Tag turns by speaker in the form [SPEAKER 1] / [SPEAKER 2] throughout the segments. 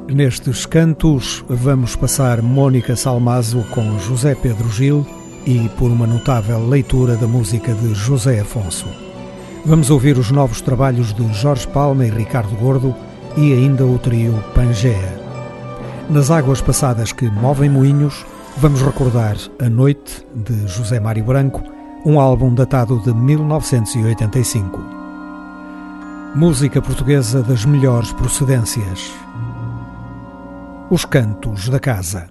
[SPEAKER 1] Nestes cantos vamos passar Mónica Salmazo com José Pedro Gil e por uma notável leitura da música de José Afonso. Vamos ouvir os novos trabalhos de Jorge Palma e Ricardo Gordo e ainda o trio Pangea. Nas águas passadas que movem moinhos, vamos recordar A Noite, de José Mário Branco, um álbum datado de 1985. Música portuguesa das melhores procedências. Os Cantos da Casa.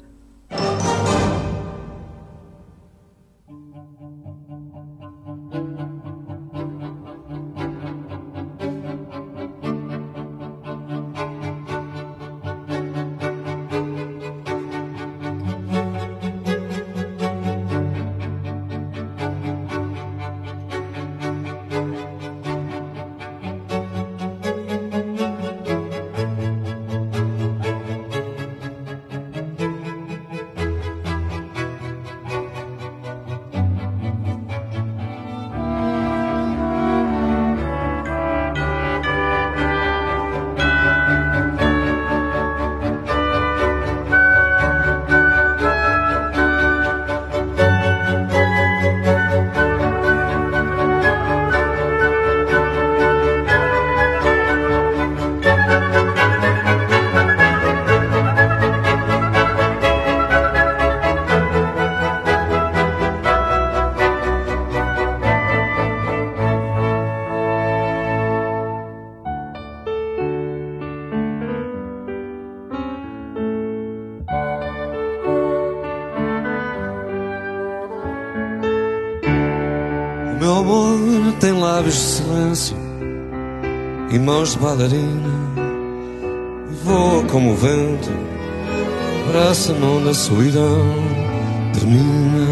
[SPEAKER 2] De silêncio e mãos de bailarina, voa como o vento, abraça não da solidão, termina.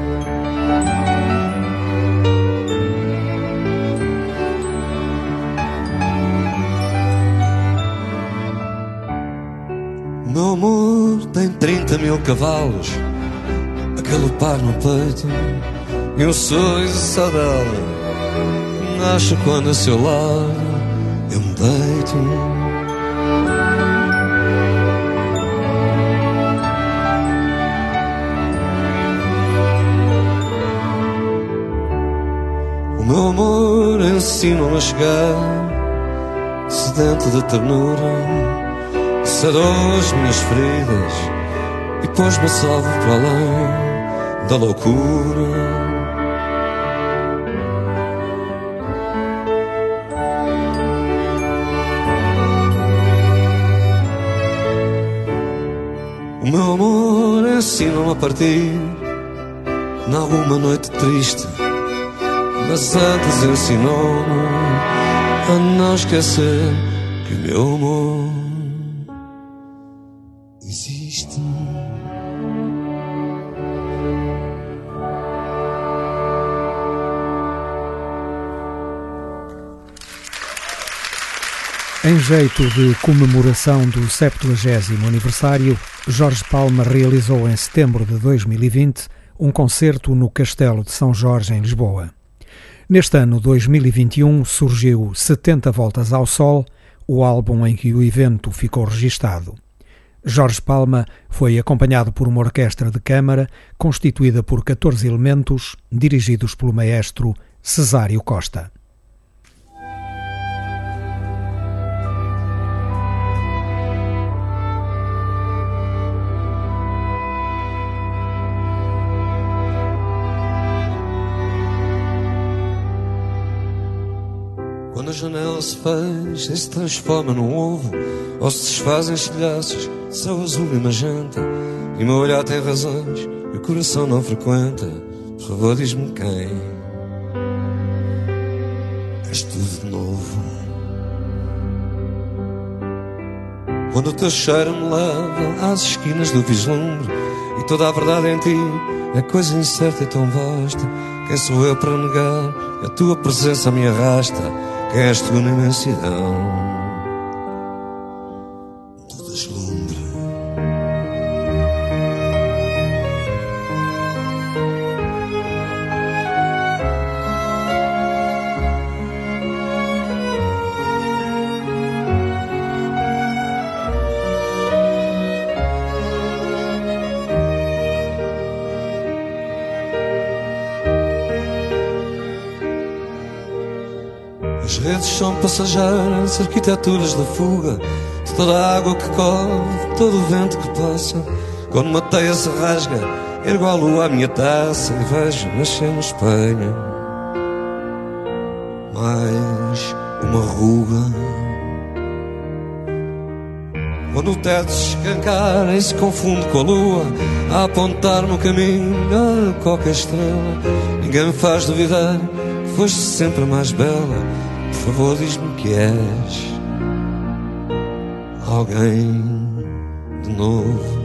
[SPEAKER 2] O meu amor tem 30 mil cavalos, a galopar no peito, e um sorriso só dela acho quando a seu lado eu me deito. O meu amor ensina-me a chegar, sedento de ternura, sarou as minhas feridas e pôs-me a salvo para além da loucura. O meu amor ensina-me a partir nalguma noite triste, mas antes ensinou-me a não esquecer que o meu amor existe.
[SPEAKER 1] Em jeito de comemoração do 70º aniversário, Jorge Palma realizou em setembro de 2020 um concerto no Castelo de São Jorge, em Lisboa. Neste ano 2021 surgiu 70 Voltas ao Sol, o álbum em que o evento ficou registado. Jorge Palma foi acompanhado por uma orquestra de câmara constituída por 14 elementos, dirigidos pelo maestro Cesário Costa.
[SPEAKER 2] Quando a janela se fecha e se transforma num ovo, ou se desfazem estilhaços de céu azul e magenta, e o meu olhar tem razões e o coração não frequenta, por favor diz-me quem és tudo de novo. Quando o teu cheiro me leva às esquinas do vislumbre e toda a verdade em ti é coisa incerta e tão vasta, quem sou eu para negar que a tua presença me arrasta? Quem és tu na imensidão do deslumbre? As redes são passageiras, arquiteturas da fuga de toda a água que corre, de todo o vento que passa. Quando uma teia se rasga, ergo à lua a minha taça e vejo nascer no espelho mais uma ruga. Quando o teto se escancara e se confunde com a lua a apontar-me o caminho a qualquer estrela, ninguém me faz duvidar que foste sempre a mais bela. Por favor, diz-me que és alguém de novo.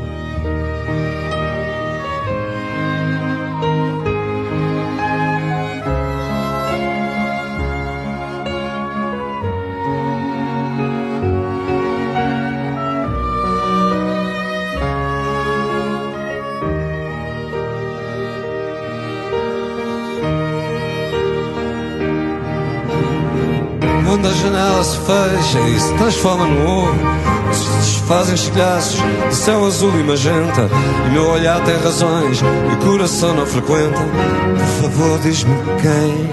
[SPEAKER 2] Quando a janela se fecha e se transforma no ovo, se desfazem estilhaços de céu azul e magenta, e meu olhar tem razões e o coração não frequenta. Por favor, diz-me quem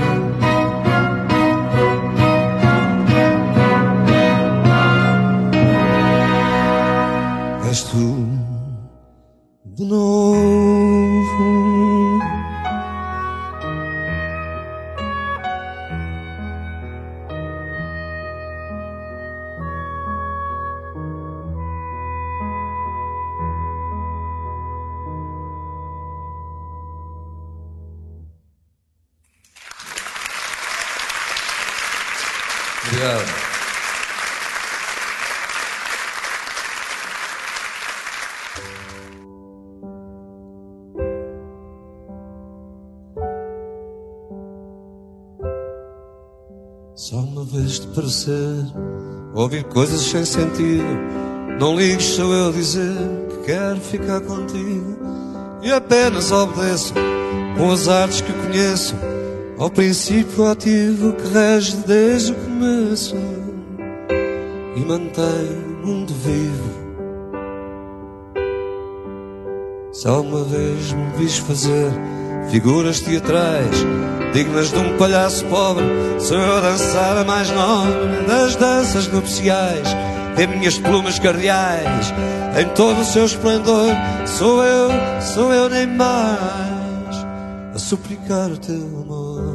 [SPEAKER 2] és tu de novo. Obrigado. Só uma vez te parecer ouvir coisas sem sentido, não ligues, sou eu dizer que quero ficar contigo, e apenas obedeço com as artes que conheço ao princípio ativo que rege desde o começo e mantém o mundo vivo. Só uma vez me vis fazer figuras teatrais dignas de um palhaço pobre, sou eu a dançar a mais nobre das danças nupciais. Em minhas plumas cardeais, em todo o seu esplendor, sou eu nem mais a suplicar o teu amor.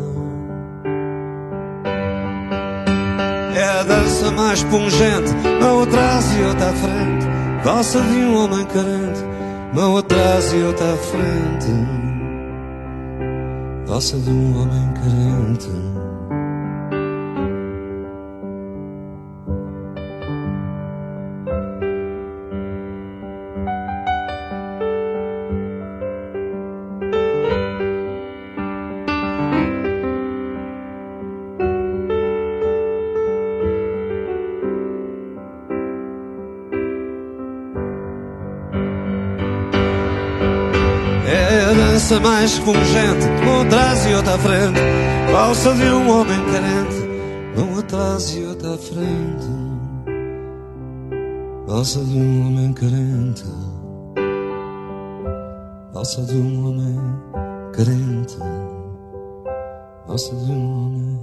[SPEAKER 2] É a dança mais pungente, mão atrás e outra à frente, valsa de um homem carente, mão atrás e outra à frente, valsa de um homem carente. Mais pungente, mão atrás e outra à frente, valsa de um homem carente, mão atrás e outra à frente, valsa de um homem carente, valsa de um homem carente, valsa de um homem.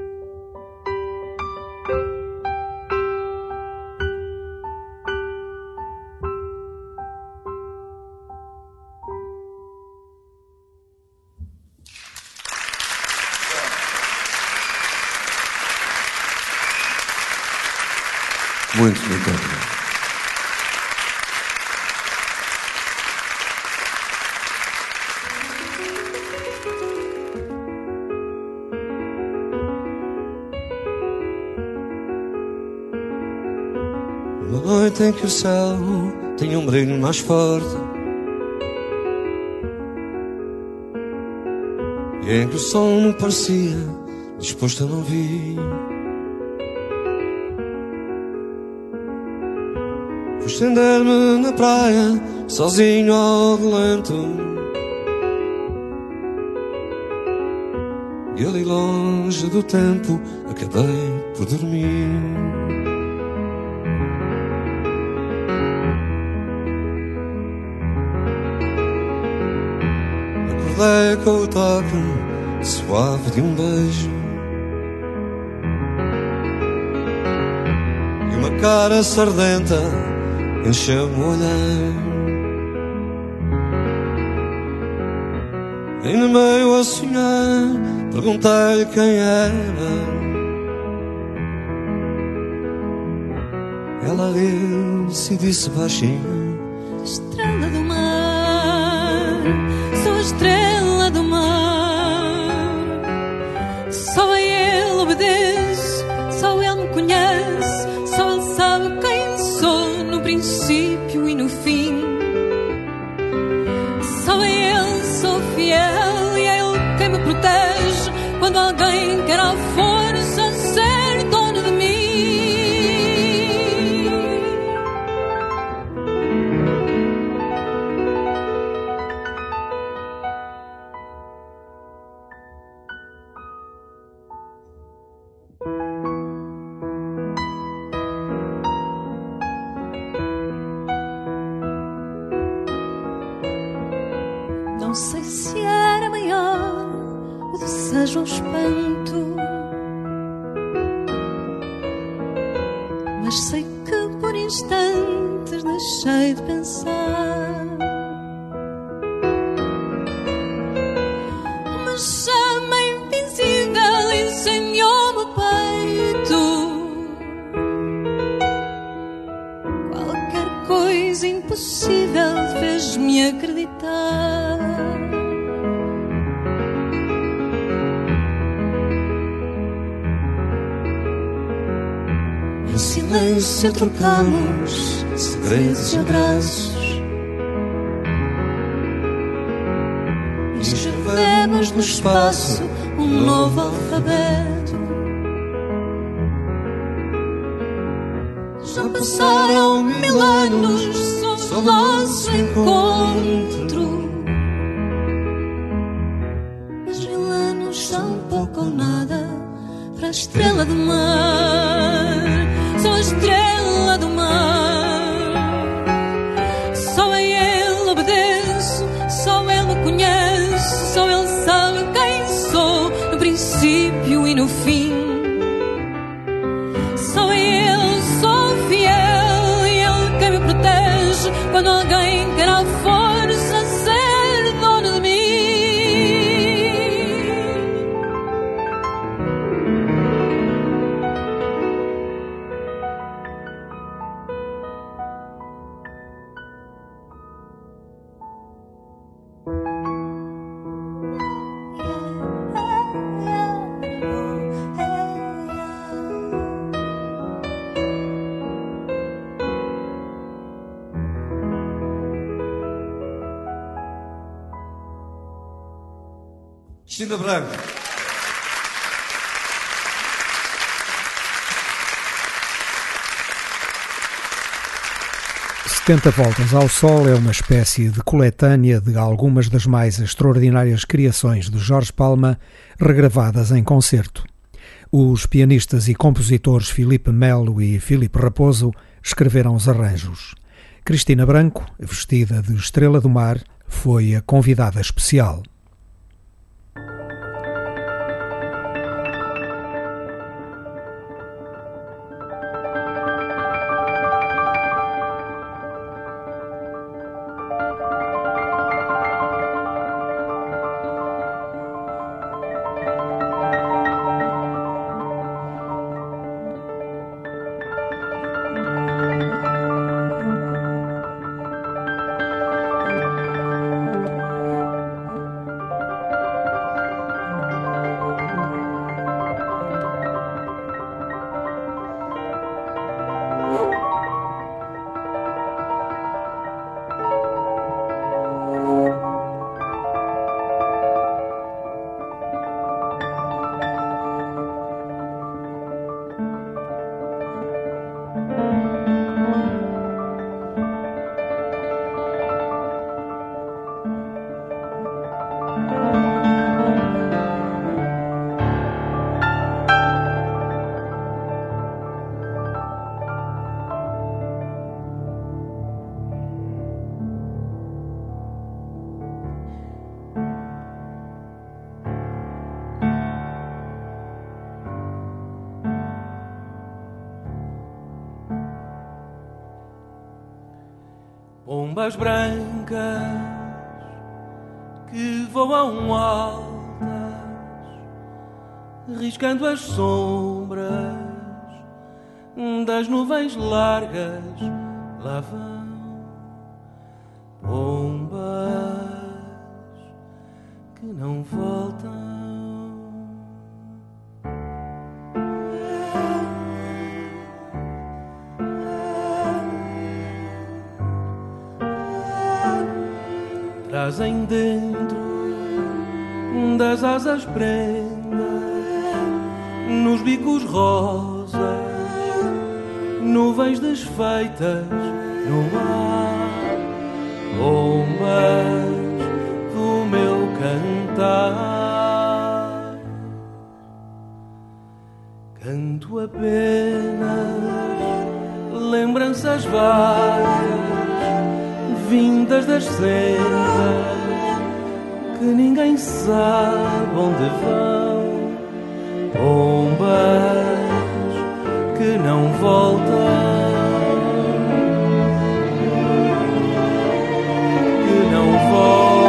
[SPEAKER 2] Muito obrigado. Uma noite em que o céu tinha um brilho mais forte e em que o sol não parecia disposto a não vir. Estender-me na praia, sozinho ao relento, e ali longe do tempo acabei por dormir. Acordei com o toque suave de um beijo cara sardenta encheu-me o olhar. E no meio a sonhar perguntei-lhe quem era. Ela riu-se e disse baixinho:
[SPEAKER 3] estrela do mar, sou a estrela do mar. Só a ele obedeço, só ele me conhece, só ele sabe quem sou no princípio e no fim. Só a ele sou fiel e é ele quem me protege quando alguém quer à força ser dono de mim. Não sei se era maior o desejo ou o espanto, mas sei que por instantes deixei de pensar. Uma chama invisível incendiou-me o peito. Qualquer coisa impossível fez-me acreditar.
[SPEAKER 2] Em silêncio trocamos segredos e abraços, e escrevemos no espaço um novo alfabeto. Já passaram 1000 anos sob o nosso encontro,
[SPEAKER 3] mas 1000 anos são pouco ou nada para a estrela do mar. Sou a estrela do mar, só a ele obedeço, só ele me conhece, só ele sabe quem sou no princípio e no fim. Só a ele sou fiel e ele quem me protege quando alguém quer à força ser dono de mim.
[SPEAKER 2] Cristina Branco.
[SPEAKER 1] Setenta Voltas ao Sol é uma espécie de coletânea de algumas das mais extraordinárias criações de Jorge Palma, regravadas em concerto. Os pianistas e compositores Filipe Melo e Filipe Raposo escreveram os arranjos. Cristina Branco, vestida de Estrela do Mar, foi a convidada especial.
[SPEAKER 4] Pombas brancas que voam altas, riscando as sombras das nuvens largas, lá vão pombas que não voltam. Trazem dentro das asas prendas, nos bicos rosas, nuvens desfeitas no mar, pombas do meu cantar. Canto apenas lembranças vagas, vindas das sendas que ninguém sabe onde vão, pombas que não voltam, que não voltam.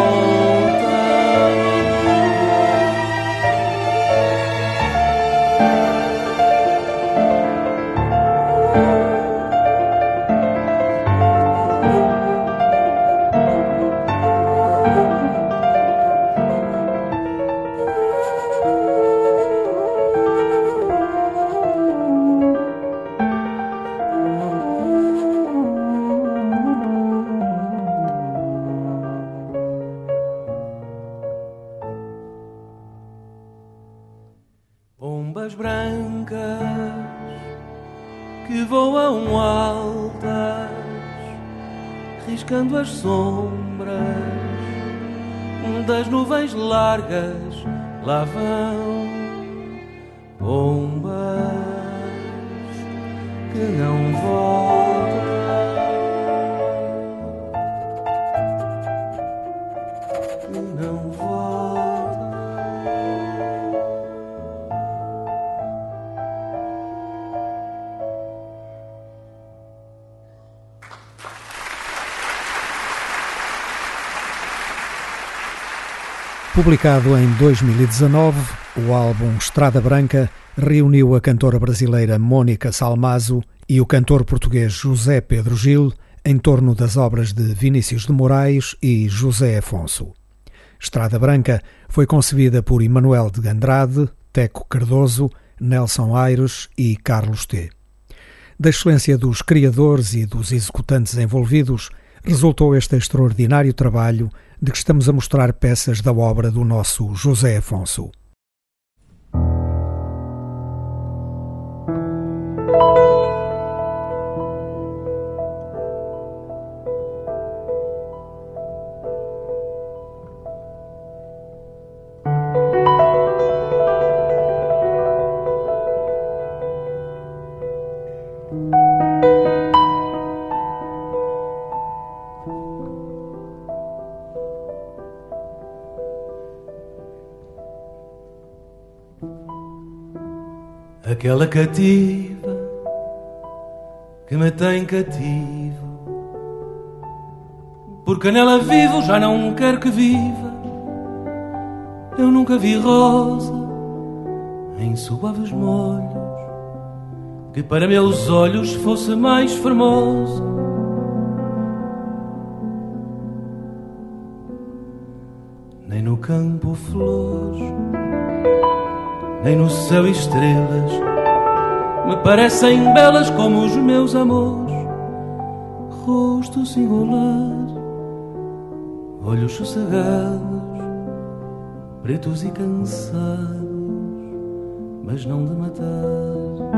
[SPEAKER 4] Pombas brancas que voam altas, riscando as sombras das nuvens largas, lá vão pombas que não voltam, que não voltam.
[SPEAKER 1] Publicado em 2019, o álbum Estrada Branca reuniu a cantora brasileira Mônica Salmazo e o cantor português José Pedro Gil em torno das obras de Vinícius de Moraes e José Afonso. Estrada Branca foi concebida por Emanuel de Andrade, Teco Cardoso, Nelson Aires e Carlos T. Da excelência dos criadores e dos executantes envolvidos, resultou este extraordinário trabalho de que estamos a mostrar peças da obra do nosso José Afonso.
[SPEAKER 4] Aquela cativa que me tem cativo, porque nela vivo, já não quero que viva. Eu nunca vi rosa em suaves molhos que para meus olhos fosse mais formosa. Nem no campo flores, nem no céu estrelas me parecem belas como os meus amores. Rosto singular, olhos sossegados, pretos e cansados, mas não de matar.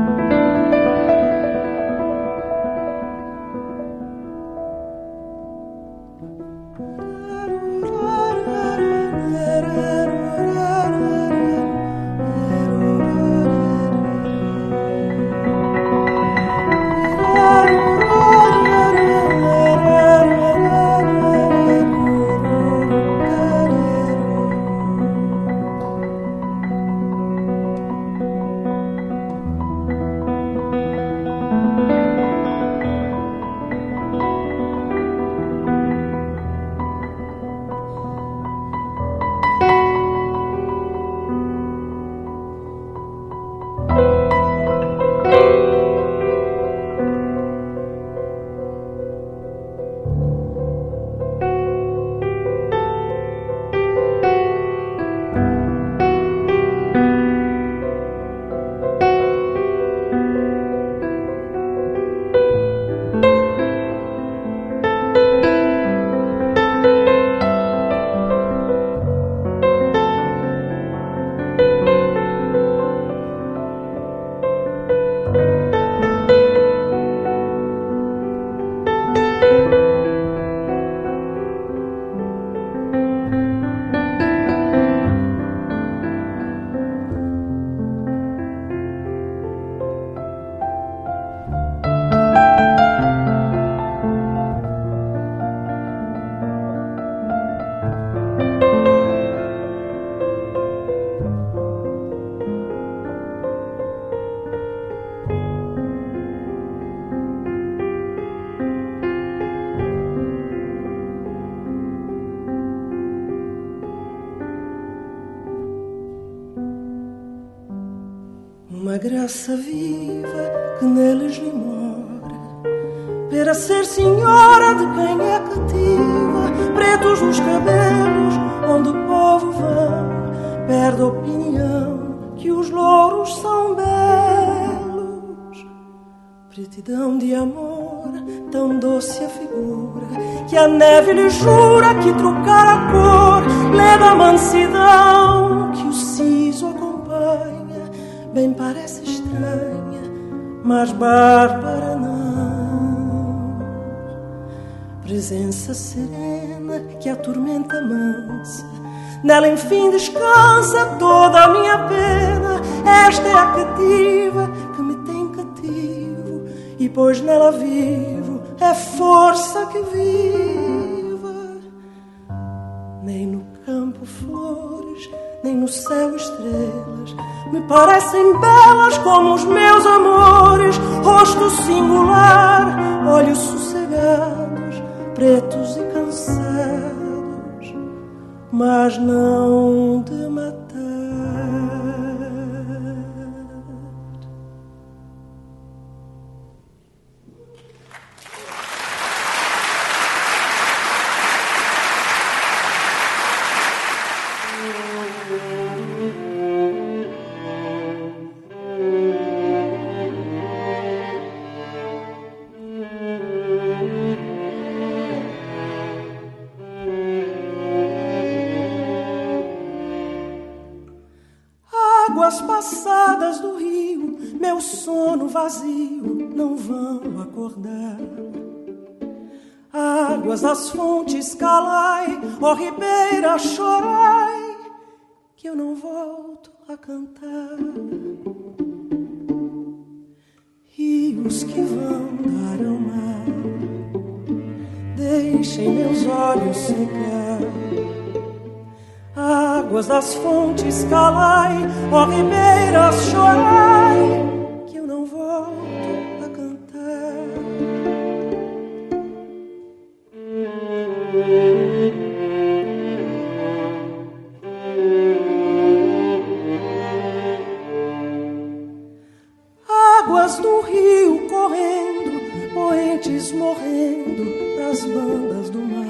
[SPEAKER 5] uma graça viva que neles lhe mora, para ser senhora de quem é cativa, pretos nos cabelos, onde o povo vão, perde a opinião que os louros são belos. Pretidão de amor, tão doce a figura, que a neve lhe jura que trocar a cor leva a mansidão que o siso acompanha. Bem parece estranha, mas bárbara não. Presença serena que a tormenta mansa, nela enfim descansa toda a minha pena. Esta é a cativa que me tem cativo, e pois nela vivo é força que viva. Nem no campo flores, nem no céu estrelas me parecem belas como os meus amores. Rosto singular, olhos sossegados, pretos e cansados, mas não de matar. Águas passadas do rio, meu sono vazio não vão acordar. Águas das fontes calai, ó ribeira chorai, que eu não volto a cantar. Rios que vão dar ao mar, deixem meus olhos secar. Águas das fontes calai, ó ribeiras chorai, que eu não volto a cantar. Águas do rio correndo, poentes morrendo pras bandas do mar.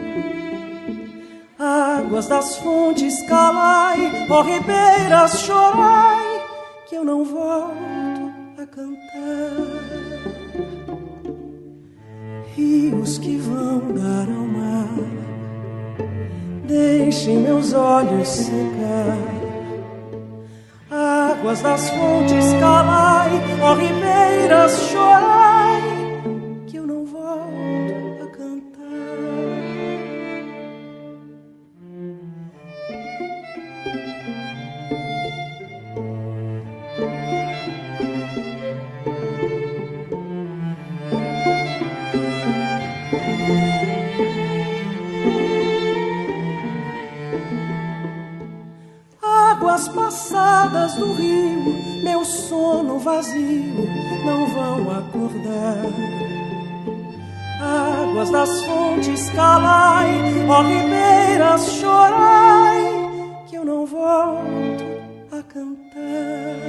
[SPEAKER 5] Águas das fontes calai, ó ribeiras chorai, que eu não volto a cantar. Rios que vão dar ao mar, deixem meus olhos secar. Águas das fontes calai, ó ribeiras chorai, que eu não volto a cantar. Águas passadas do rio, meu sono vazio não vão acordar. Águas das fontes calai, ó ribeiras chorai, que eu não volto a cantar.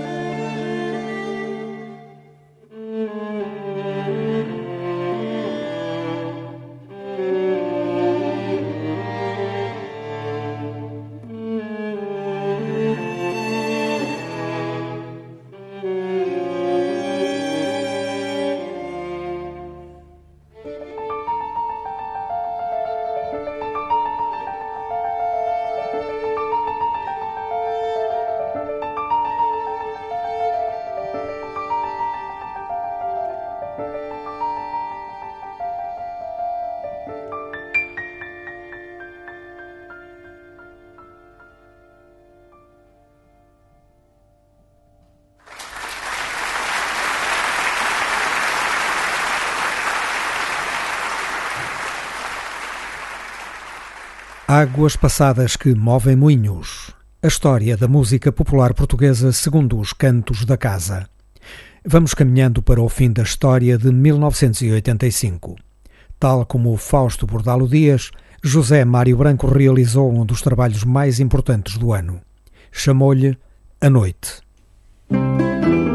[SPEAKER 1] Águas passadas que movem moinhos. A história da música popular portuguesa segundo os cantos da casa. Vamos caminhando para o fim da história de 1985. Tal como o Fausto Bordalo Dias, José Mário Branco realizou um dos trabalhos mais importantes do ano. Chamou-lhe A Noite.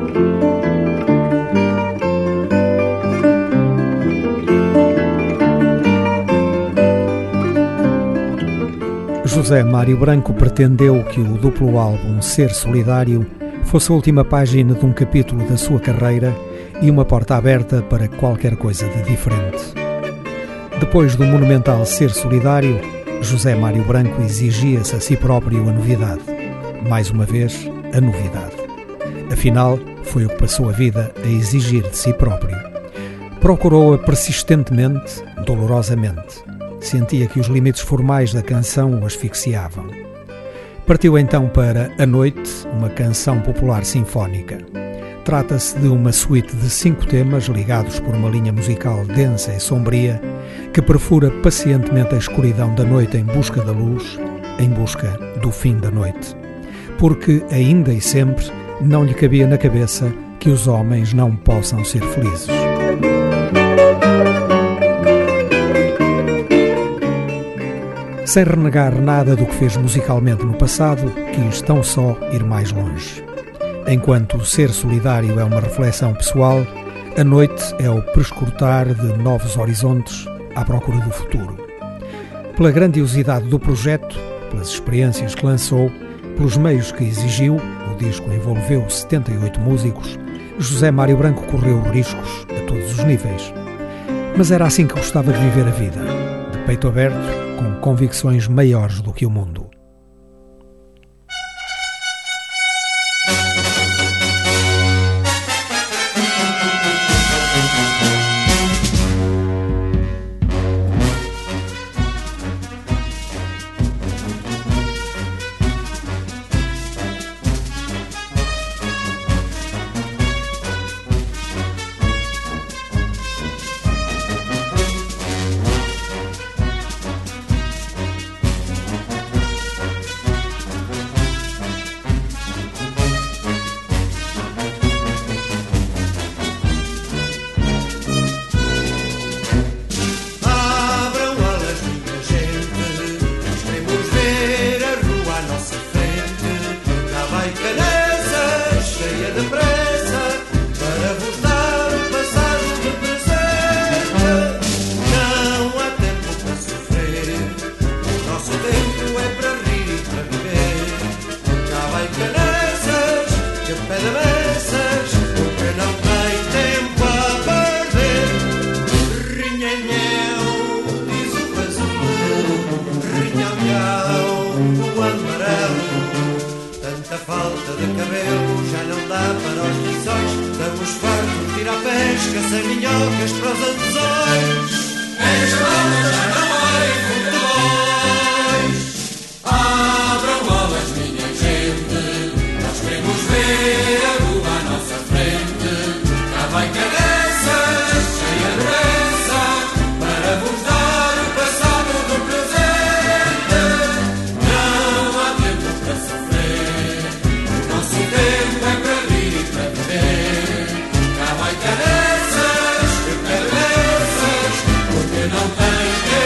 [SPEAKER 1] José Mário Branco pretendeu que o duplo álbum Ser Solidário fosse a última página de um capítulo da sua carreira e uma porta aberta para qualquer coisa de diferente. Depois do monumental Ser Solidário, José Mário Branco exigia-se a si próprio a novidade. Mais uma vez, a novidade. Afinal, foi o que passou a vida a exigir de si próprio. Procurou-a persistentemente, dolorosamente. Sentia que os limites formais da canção o asfixiavam. Partiu então para A Noite, uma canção popular sinfónica. Trata-se de uma suíte de 5 temas ligados por uma linha musical densa e sombria que perfura pacientemente a escuridão da noite em busca da luz, em busca do fim da noite. Porque ainda e sempre não lhe cabia na cabeça que os homens não possam ser felizes. Sem renegar nada do que fez musicalmente no passado, quis tão só ir mais longe. Enquanto o Ser Solidário é uma reflexão pessoal, A Noite é o prescrutar de novos horizontes à procura do futuro. Pela grandiosidade do projeto, pelas experiências que lançou, pelos meios que exigiu, o disco envolveu 78 músicos, José Mário Branco correu riscos a todos os níveis. Mas era assim que gostava de viver a vida, de peito aberto, com convicções maiores do que o mundo.
[SPEAKER 6] Não tem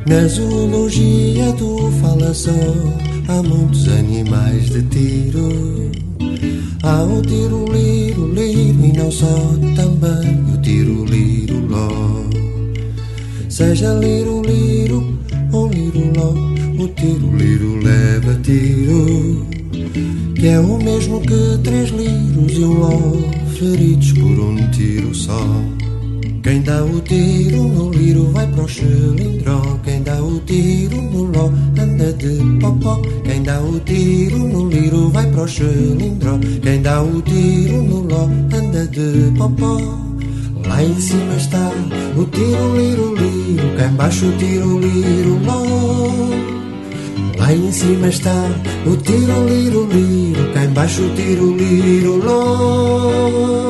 [SPEAKER 6] Na zoologia do falação há muitos animais de tiro. Há o tiro, liro, liro e não só, também o tiro, liro, ló. Seja liro, liro ou liro, ló, o tiro, liro leva tiro, que é o mesmo que 3 liros e um ló, feridos por um tiro só. Quem dá o tiro no liro vai para o xilindró. Quem dá o tiro no ló anda de popó. Quem dá o tiro no liro vai para o xilindró. Quem dá o tiro no ló anda de popó. Lá em cima está o tiro, liro, liro. Cá em baixo o tiro, liro, ló. Lá em cima está o tiro, liro, liro. Cá em baixo o tiro, liro, ló.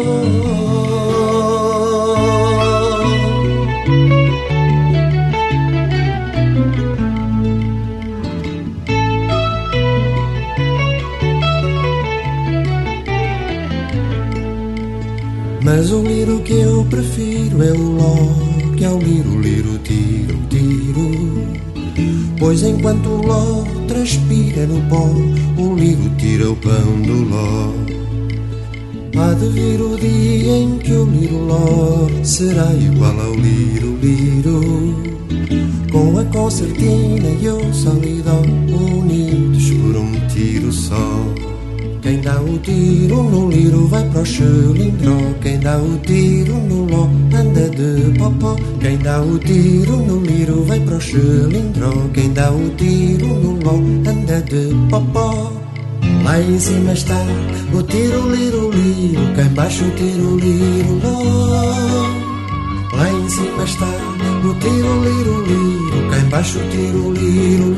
[SPEAKER 6] Mas o liro que eu prefiro é o ló, que é o liro, liro, tiro, tiro. Pois enquanto o ló transpira no pó, o liro tira o pão do ló. Há de vir o dia em que o liro ló será igual ao liro, liro, com a concertina e o solidó unidos por um tiro só. Quem dá o tiro no liro vai para o xilindró. Quem dá o tiro no ló anda de popó. Quem dá o tiro no liro vai para o xilindró. Quem dá o tiro no ló anda de popó. Lá em cima está o tiro, liro, liro. Cá em baixo o tiro, liro, ló. Lá em cima está o tiro, liro, liro. Cá em baixo o tiro, liro,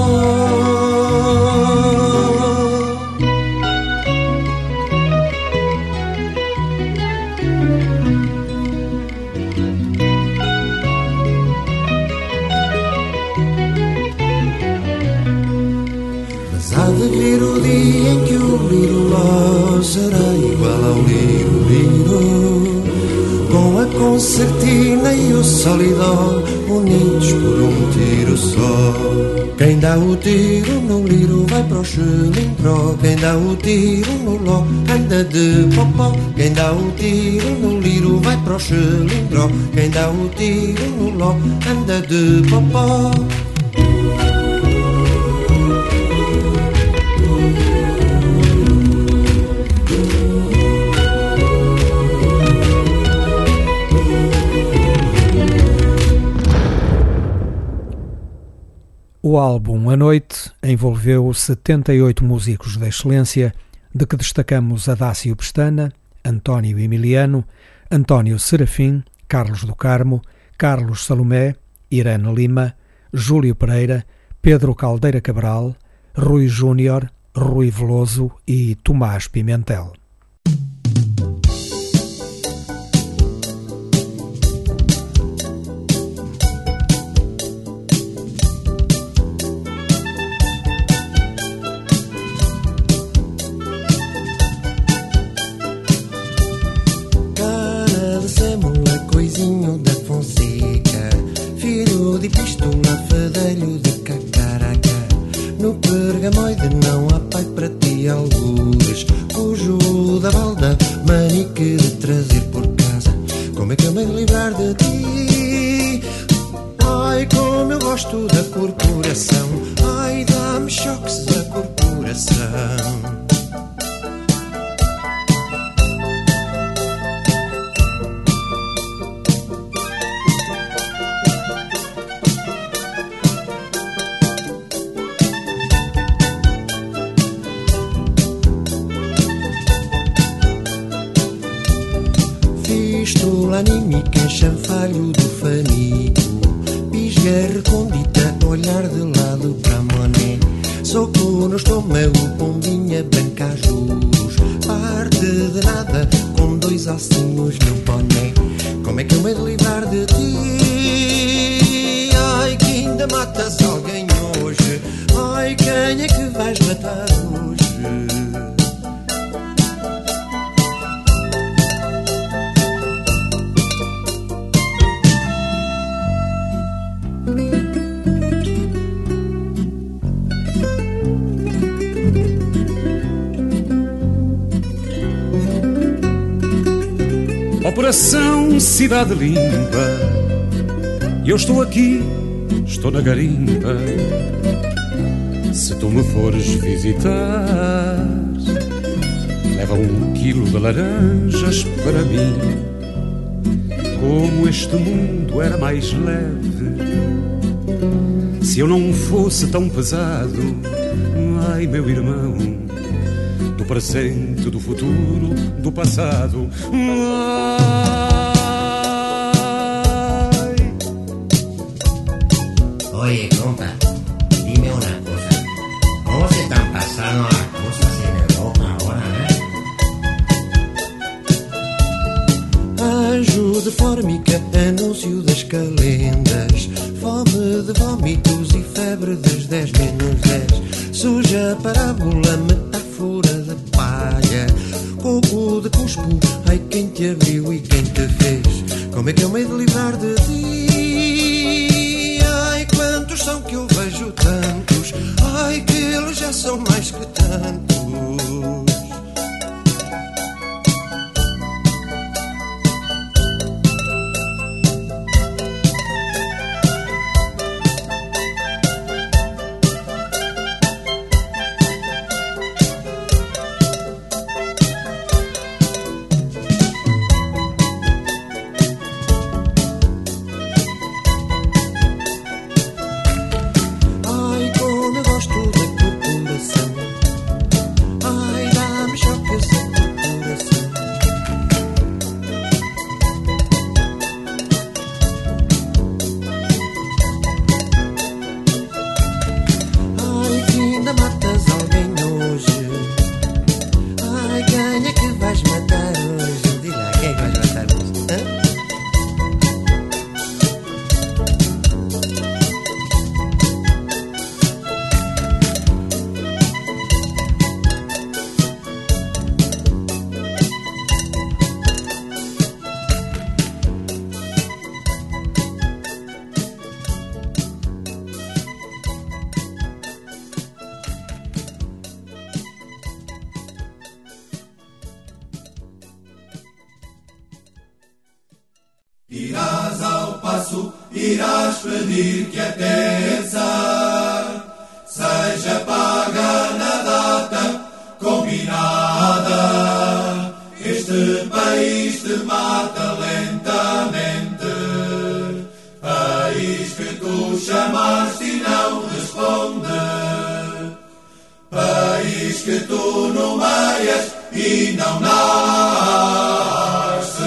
[SPEAKER 6] ló. Há de vir o dia em que o liro ló será igual ao liro, liro, com a concertina e o solidó unidos por um tiro só. Quem dá o tiro no liro vai para o xilindró. Quem dá o tiro no ló anda de popó. Quem dá o tiro no liro vai para o xilindró. Quem dá o tiro no ló anda de popó.
[SPEAKER 1] O álbum A Noite envolveu 78 músicos da excelência, de que destacamos Adácio Pestana, António Emiliano, António Serafim, Carlos do Carmo, Carlos Salomé, Irene Lima, Júlio Pereira, Pedro Caldeira Cabral, Rui Júnior, Rui Veloso e Tomás Pimentel.
[SPEAKER 6] Da Fonseca, filho de pistola, fedelho de cacaraca. No pergamoide não há pai para ti algures, cujo da balda manique de trazer por casa. Como é que eu me livrar de ti? Ai, como eu gosto da corporação. Ai, dá-me choques a corporação. Pistola anímica, chanfalho do fanico, pisga recondita, olhar de lado para Moné. Soco no estômago, pombinha branca a juros, parte de nada com 2 alcinhos no boné. Como é que eu me livrar de ti? Ai, que ainda matas alguém hoje. Ai, quem é que vais matar hoje?
[SPEAKER 7] Operação Cidade Limpa. E eu estou aqui, estou na garimpa. Se tu me fores visitar, leva 1 quilo de laranjas para mim. Como este mundo era mais leve, se eu não fosse tão pesado. Ai, meu irmão, do presente, do futuro, do passado. Ai.
[SPEAKER 8] Oye, compa, dime una cosa. ¿Cómo se están pasando las cosas en Europa ahora,
[SPEAKER 6] Anjo de fórmica, anúncio das calendas, fome de vómitos e febre das 10 menos 10. Suja parábola, metáfora de palha, coco de cuspo, ai quem te abriu e quem te fez. Como é que eu me hei de livrar de ti? Ai, quantos são que eu vejo tantos, ai que eles já são mais que tantos.
[SPEAKER 9] Irás ao passo, irás pedir que a terça seja paga na data combinada. Este país te mata lentamente, país que tu chamaste e não responde, país que tu nomeias e não nasce.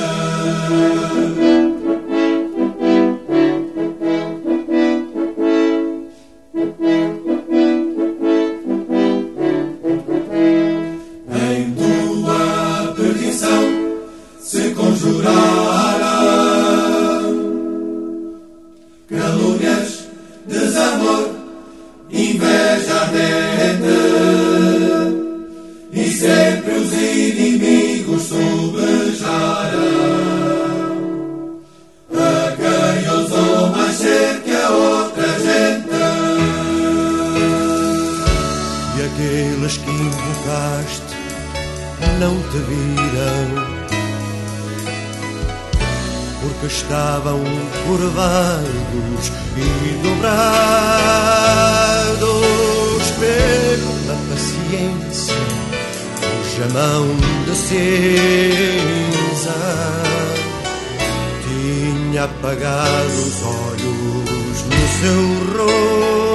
[SPEAKER 9] Calúnias, desamor, inveja ardente, e sempre os inimigos subjarão a quem ousou mais ser que a outra gente.
[SPEAKER 6] E aqueles que invocaste não te viram, porque estavam curvados e dobrados pela paciência, cuja mão de cinza tinha apagado os olhos no seu rosto.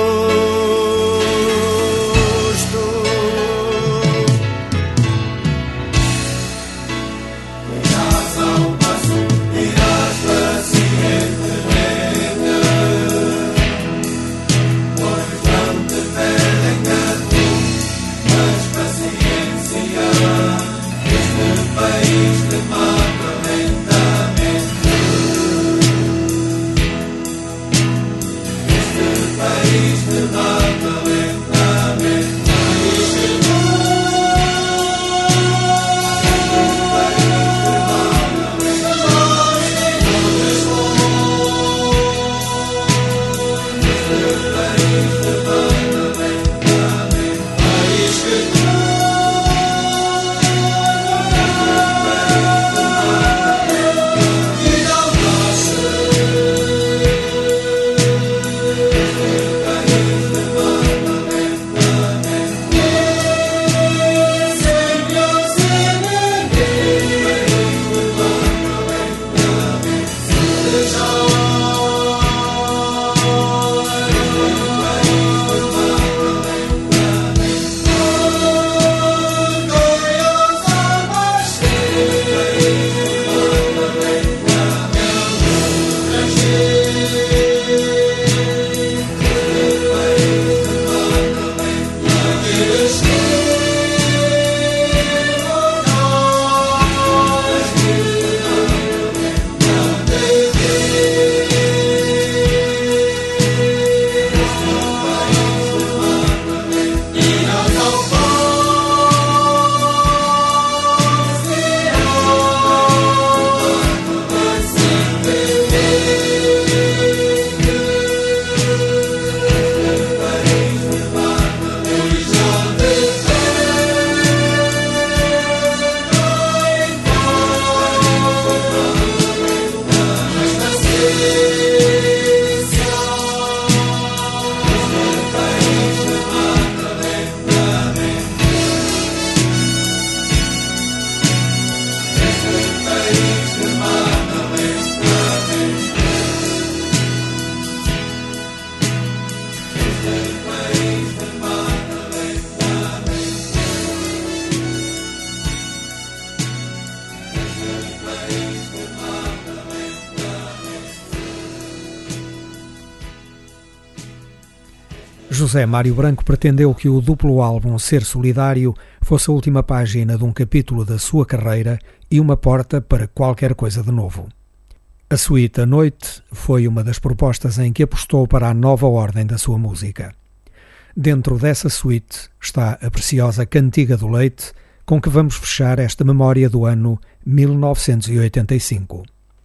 [SPEAKER 1] José Mário Branco pretendeu que o duplo álbum Ser Solidário fosse a última página de um capítulo da sua carreira e uma porta para qualquer coisa de novo. A suíte A Noite foi uma das propostas em que apostou para a nova ordem da sua música. Dentro dessa suíte está a preciosa Cantiga do Leite, com que vamos fechar esta memória do ano 1985.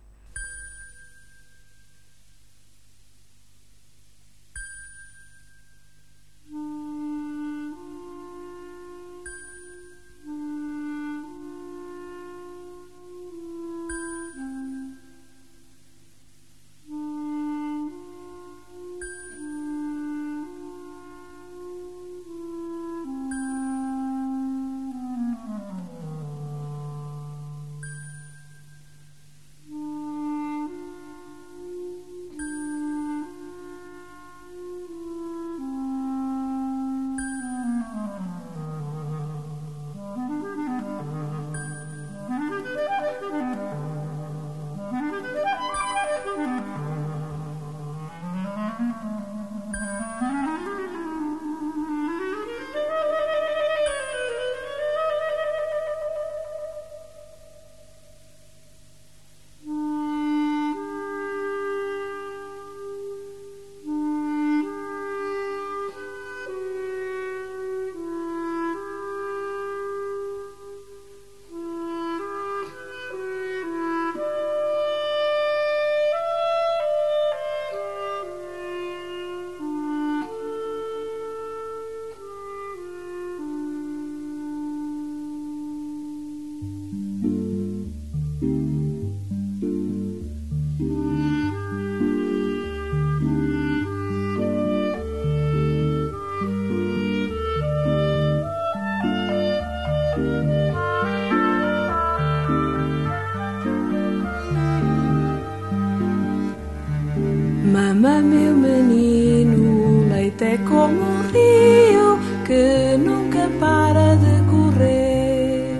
[SPEAKER 10] Mama, meu menino, o leite é como um rio que nunca para de correr.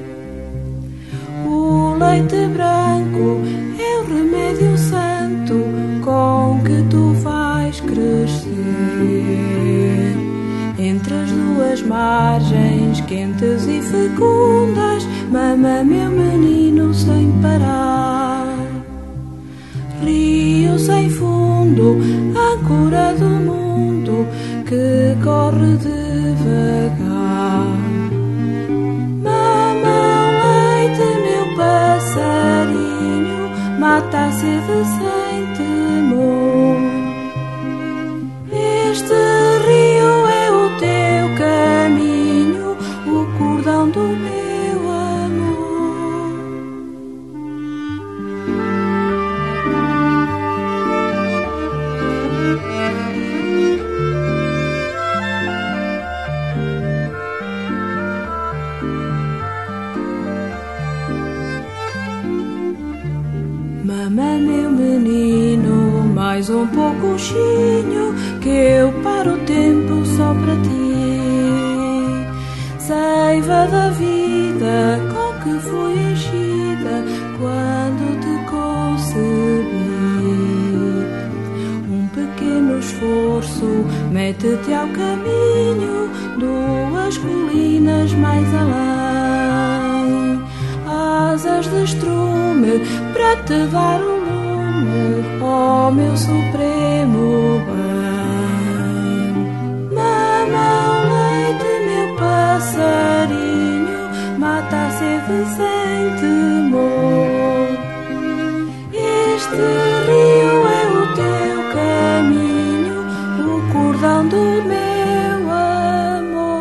[SPEAKER 10] O leite branco é o remédio santo com que tu vais crescer. Entre as duas margens quentes e fecundas, mama, meu menino, sem parar. Rio sem fundo, âncora do mundo que corre devagar. Mama, leite, meu passarinho, mata a sede sem temor. Este rio é o teu caminho, o cordão do meu amor. Mama, meu menino, mais um pouquinho que eu paro o tempo só para ti. Seiva da vida com que fui enchida quando te concebi. Um pequeno esforço mete-te ao caminho, duas colinas mais além. Asas de estrume para te dar o lume, ó meu supremo bem. Mama, leite, meu passarinho, mata a sede sem temor. Este rio é o teu caminho, o cordão do meu amor.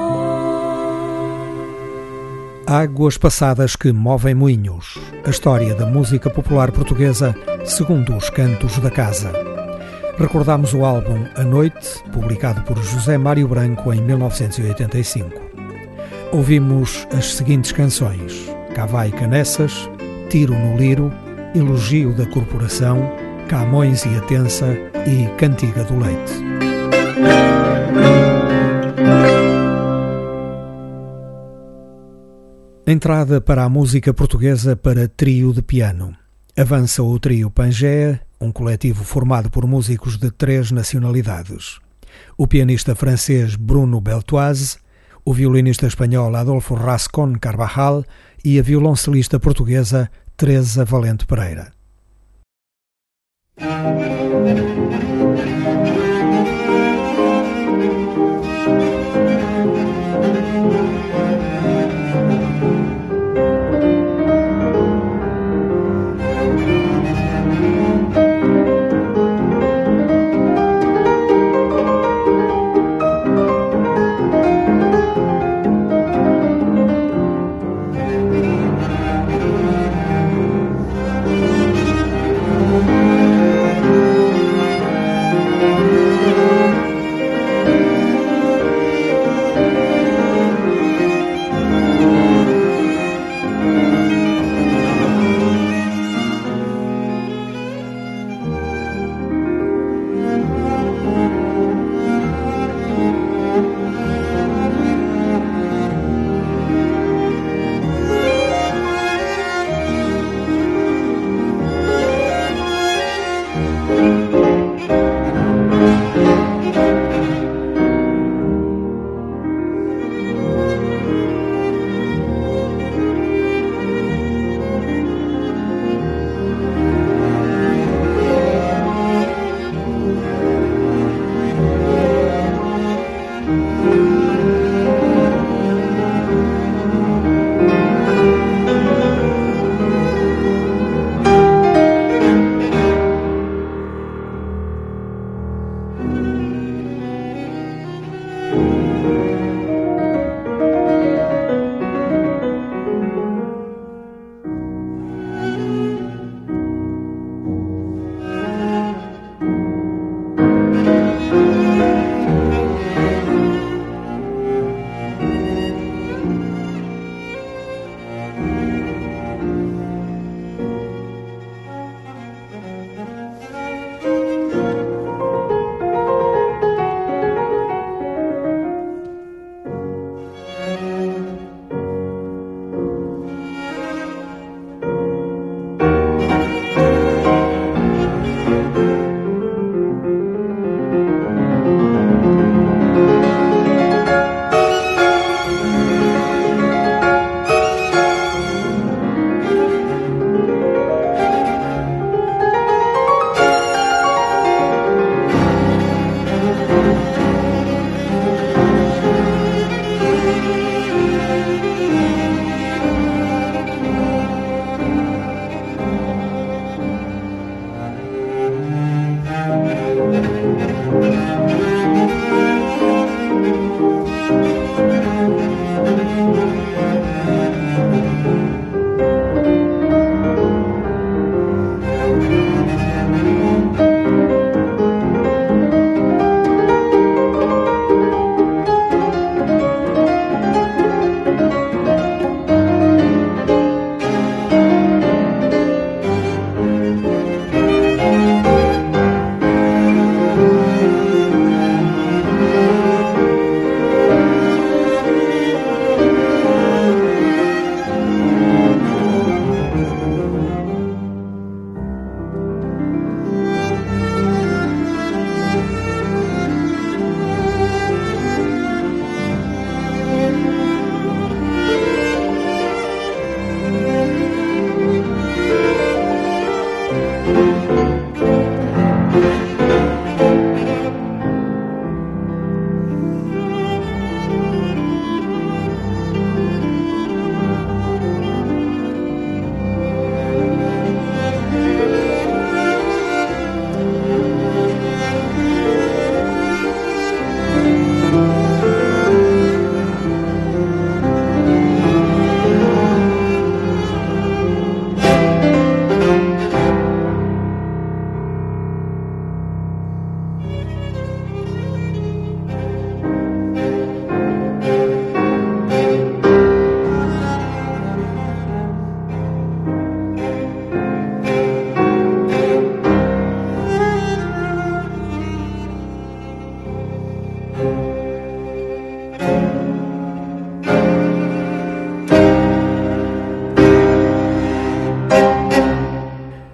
[SPEAKER 1] Águas passadas que movem moinhos. A história da música popular portuguesa segundo os cantos da casa. Recordamos o álbum A Noite, publicado por José Mário Branco em 1985. Ouvimos as seguintes canções: Cá vai Canessas, Tiro no Liro, Elogio da Corporação, Camões e Atença e Cantiga do Leite. Entrada para a música portuguesa para trio de piano. Avança o trio Pangea, um coletivo formado por músicos de 3 nacionalidades. o pianista francês Bruno Beltoise, o violinista espanhol Adolfo Rascón Carvajal e a violoncelista portuguesa Teresa Valente Pereira.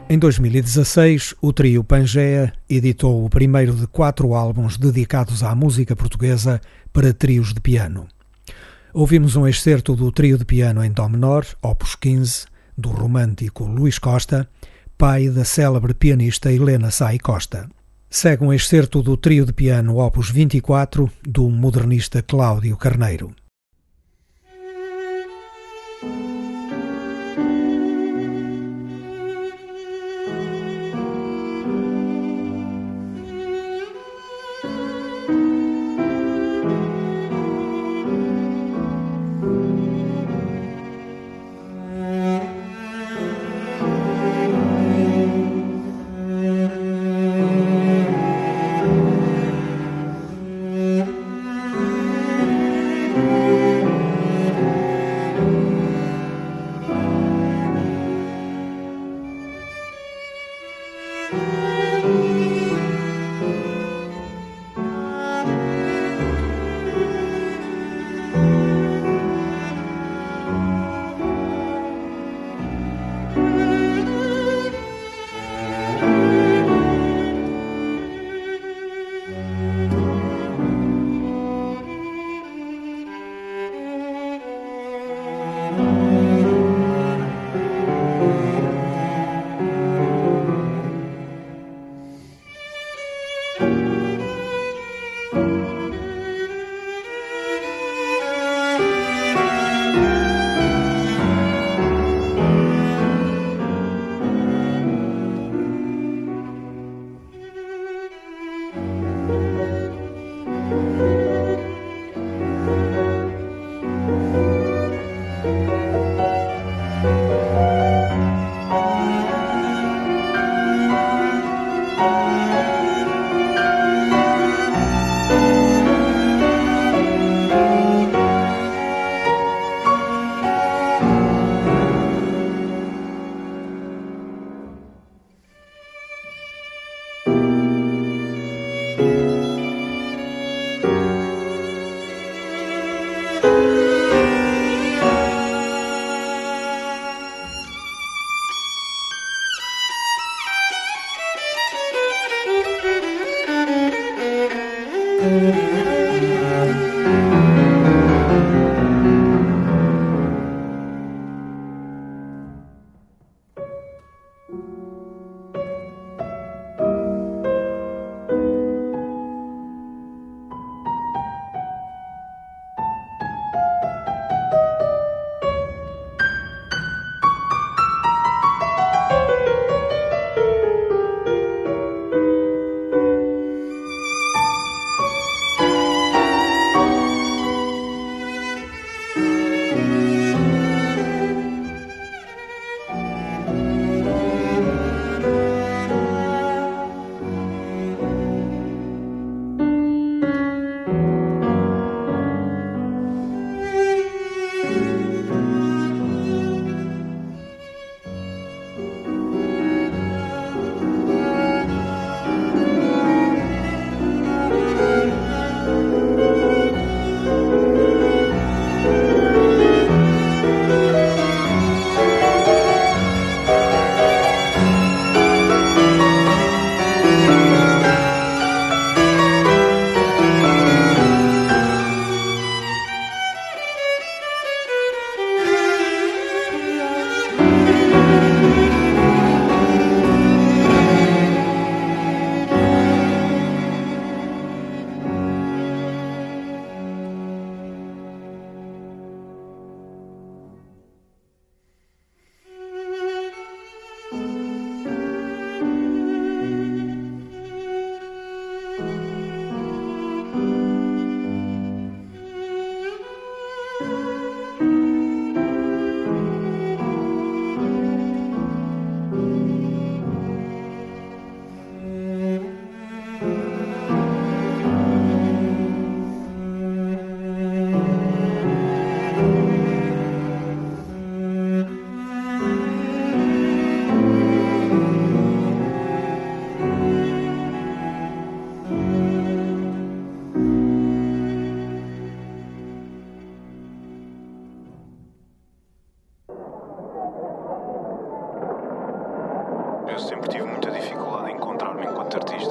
[SPEAKER 1] Em 2016, o trio Pangea editou o primeiro de 4 álbuns dedicados à música portuguesa para trios de piano. Ouvimos um excerto do trio de piano em dó menor, opus 15, do romântico Luís Costa, pai da célebre pianista Helena Sai Costa. Segue um excerto do trio de piano opus 24, do modernista Cláudio Carneiro.
[SPEAKER 11] eu sempre tive muita dificuldade em encontrar-me enquanto artista.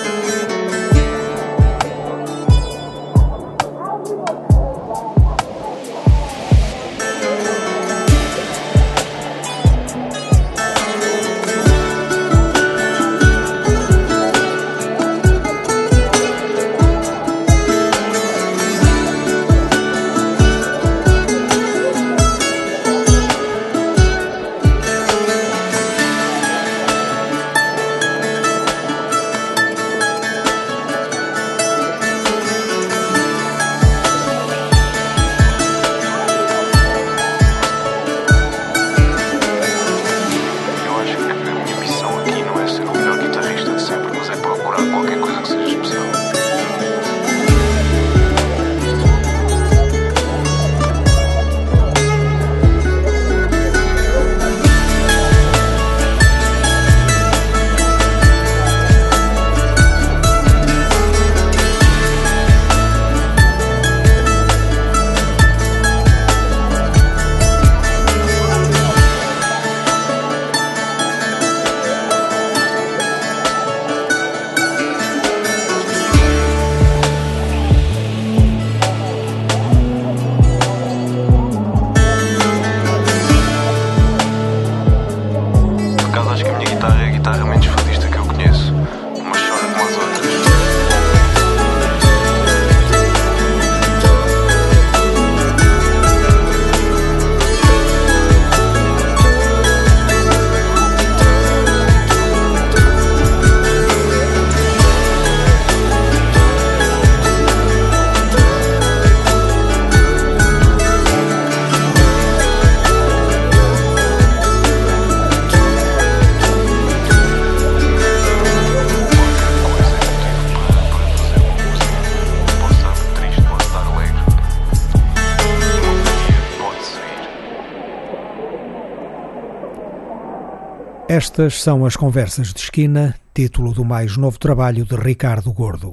[SPEAKER 1] Estas são as Conversas de Esquina, título do mais novo trabalho de Ricardo Gordo.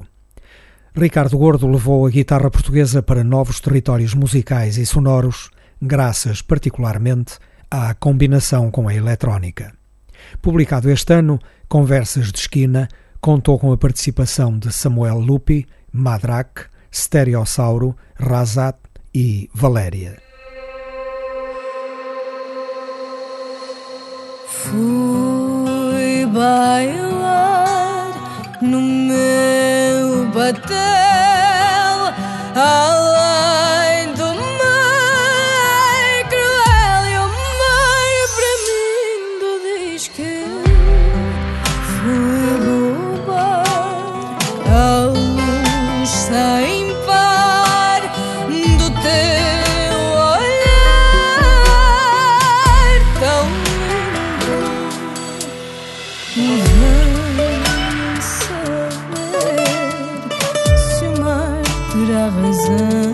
[SPEAKER 1] Ricardo Gordo levou a guitarra portuguesa para novos territórios musicais e sonoros, graças particularmente à combinação com a eletrónica. Publicado este ano, Conversas de Esquina contou com a participação de Samuel Lupi, Madrak, Stereossauro, Razat e Valéria.
[SPEAKER 3] Fui bailar no meu batel, além do meio cruel e o meio para mim do disque. Fui roubar a luz sem par do teu olhar tão vem saber se o mar terá razão.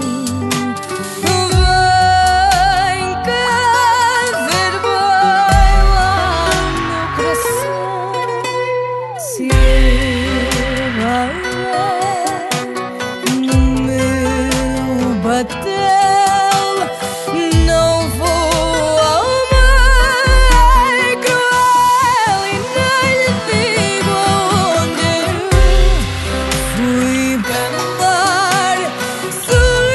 [SPEAKER 3] Vem cá ver bailar meu coração. Se eu bailar no meu batel, não vou ao mar cruel e nem lhe digo onde eu fui cantar. Solidão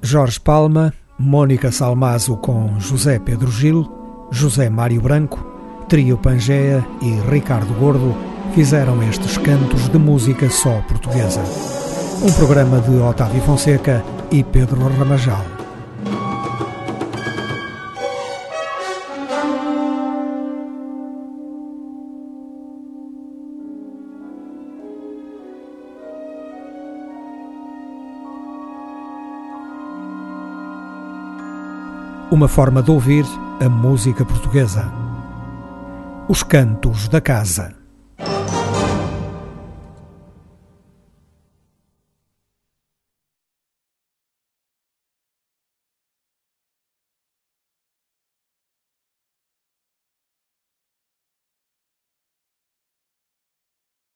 [SPEAKER 1] Jorge Palma, Mónica Salmazo com José Pedro Gil, José Mário Branco, Trio Pangea e Ricardo Gordo fizeram estes cantos de música só portuguesa. Um programa de Otávio Fonseca e Pedro Ramajal. Uma forma de ouvir a música portuguesa. Os Cantos da Casa.